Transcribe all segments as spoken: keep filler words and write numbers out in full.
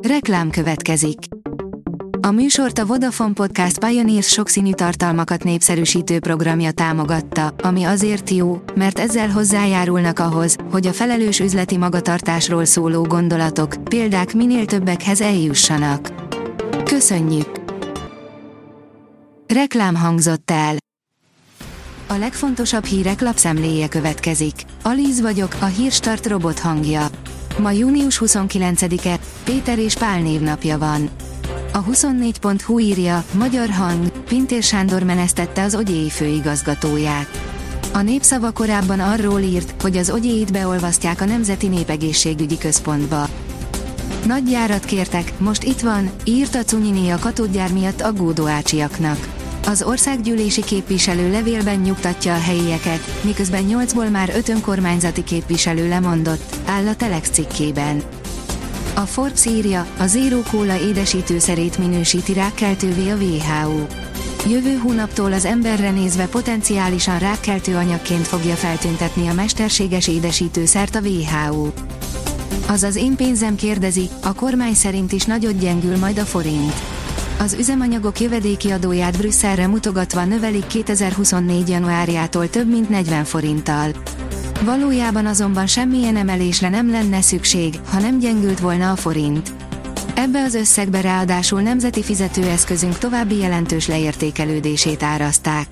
Reklám következik. A műsort a Vodafone Podcast Pioneers sokszínű tartalmakat népszerűsítő programja támogatta, ami azért jó, mert ezzel hozzájárulnak ahhoz, hogy a felelős üzleti magatartásról szóló gondolatok, példák minél többekhez eljussanak. Köszönjük! Reklám hangzott el. A legfontosabb hírek lapszemléje következik. Alíz vagyok, a Hírstart robot hangja. Ma június huszonkilencedike, Péter és Pál névnapja van. A huszonnégy pont hu írja, magyar hang, Pintér Sándor menesztette az Ogyéi főigazgatóját. A Népszava korábban arról írt, hogy az Ogyéit beolvasztják a Nemzeti Népegészségügyi Központba. Nagy járat kértek, most itt van, írta Cunyiné a katódgyár miatt aggódó ácsiaknak. Az országgyűlési képviselő levélben nyugtatja a helyieket, miközben nyolcból már öt önkormányzati képviselő lemondott, áll a Telex cikkében. A Forbes írja, a Zero Cola édesítőszerét minősíti rákkeltővé a dupla vé há ó. Jövő hónaptól az emberre nézve potenciálisan rákkeltő anyagként fogja feltüntetni a mesterséges édesítőszert a dupla vé há ó. Azaz én pénzem kérdezi, a kormány szerint is nagyot gyengül majd a forint. Az üzemanyagok jövedéki adóját Brüsszelre mutogatva növelik kétezer-huszonnégy januárjától több mint negyven forinttal. Valójában azonban semmilyen emelésre nem lenne szükség, ha nem gyengült volna a forint. Ebbe az összegbe ráadásul nemzeti fizetőeszközünk további jelentős leértékelődését árazták.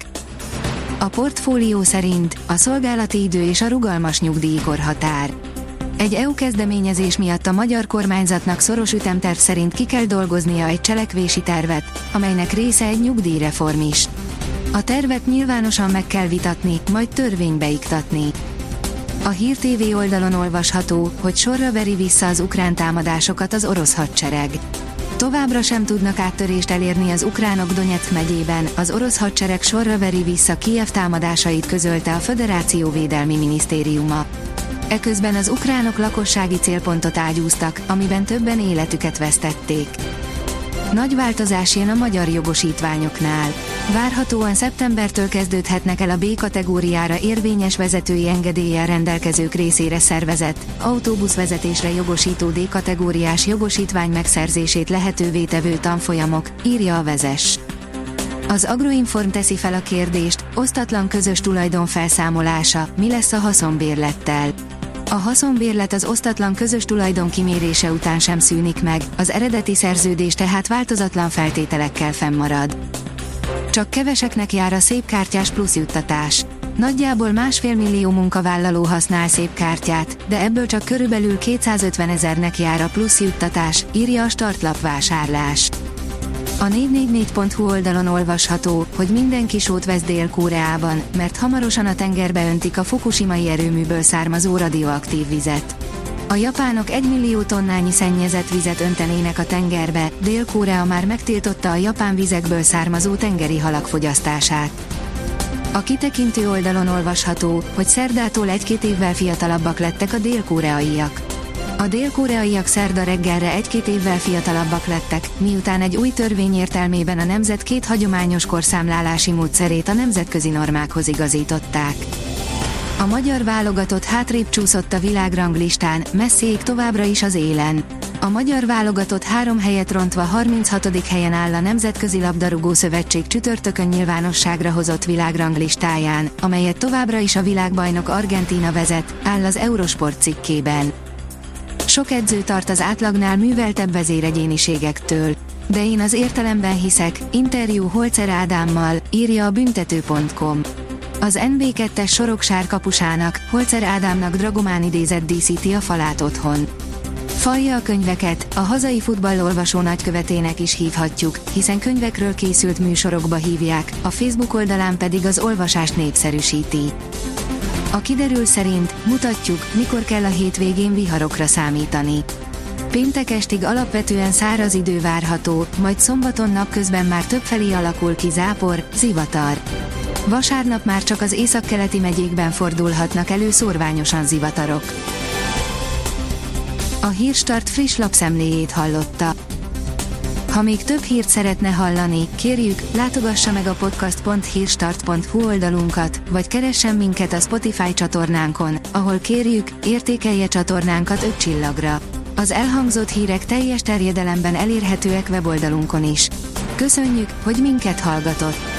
A portfólió szerint a szolgálati idő és a rugalmas nyugdíjkorhatár. Egy é u kezdeményezés miatt a magyar kormányzatnak szoros ütemterv szerint ki kell dolgoznia egy cselekvési tervet, amelynek része egy nyugdíjreform is. A tervet nyilvánosan meg kell vitatni, majd törvénybe iktatni. A Hír té vé oldalon olvasható, hogy sorra veri vissza az ukrán támadásokat az orosz hadsereg. Továbbra sem tudnak áttörést elérni az ukránok Donyeck megyében, az orosz hadsereg sorra veri vissza Kijev támadásait, közölte a Föderáció Védelmi Minisztériuma. Eközben az ukránok lakossági célpontot ágyúztak, amiben többen életüket vesztették. Nagy változás jön a magyar jogosítványoknál. Várhatóan szeptembertől kezdődhetnek el a B kategóriára érvényes vezetői engedéllyel rendelkezők részére szervezett, autóbuszvezetésre jogosító D kategóriás jogosítvány megszerzését lehetővé tevő tanfolyamok, írja a Vezess. Az Agroinform teszi fel a kérdést, osztatlan közös tulajdon felszámolása, mi lesz a haszonbérlettel. A haszonbérlet az osztatlan közös tulajdon kimérése után sem szűnik meg, az eredeti szerződés tehát változatlan feltételekkel fennmarad. Csak keveseknek jár a szépkártyás plusz juttatás. Nagyjából másfél millió munkavállaló használ szépkártyát, de ebből csak körülbelül kétszázötvenezernek jár a plusz juttatás, írja a Startlap vásárlás. A négy négy négy pont hu oldalon olvasható, hogy mindenki sót vesz Dél-Koreában, mert hamarosan a tengerbe öntik a fukushimai erőműből származó radioaktív vizet. A japánok egymillió tonnányi szennyezett vizet öntenének a tengerbe, Dél-Korea már megtiltotta a japán vizekből származó tengeri halak fogyasztását. A kitekintő oldalon olvasható, hogy szerdától egy-két évvel fiatalabbak lettek a dél-koreaiak. A dél-koreaiak szerda reggelre egy-két évvel fiatalabbak lettek, miután egy új törvény értelmében a nemzet két hagyományos korszámlálási módszerét a nemzetközi normákhoz igazították. A magyar válogatott hátrébb csúszott a világranglistán, Messiék továbbra is az élen. A magyar válogatott három helyet rontva harminchatodik helyen áll a Nemzetközi Labdarúgó Szövetség csütörtökön nyilvánosságra hozott világranglistáján, amelyet továbbra is a világbajnok Argentína vezet, áll az Eurosport cikkében. Sok edző tart az átlagnál műveltebb vezéregyéniségektől. De én az értelemben hiszek, interjú Holzer Ádámmal, írja a büntető pont com. Az en bé kettes Sorokság kapusának, Holzer Ádámnak Dragomán idézet díszíti a falát otthon. Falja a könyveket, a hazai futballolvasó nagykövetének is hívhatjuk, hiszen könyvekről készült műsorokba hívják, a Facebook oldalán pedig az olvasást népszerűsíti. A kiderül szerint mutatjuk, mikor kell a hétvégén viharokra számítani. Péntek estig alapvetően száraz idő várható, majd szombaton napközben már többfelé alakul ki zápor, zivatar. Vasárnap már csak az északkeleti megyékben fordulhatnak elő szórványosan zivatarok. A Hírstart friss lapszemléjét hallotta. Ha még több hírt szeretne hallani, kérjük, látogassa meg a podcast pont hírstart pont hu oldalunkat, vagy keressen minket a Spotify csatornánkon, ahol kérjük, értékelje csatornánkat öt csillagra. Az elhangzott hírek teljes terjedelemben elérhetőek weboldalunkon is. Köszönjük, hogy minket hallgatott!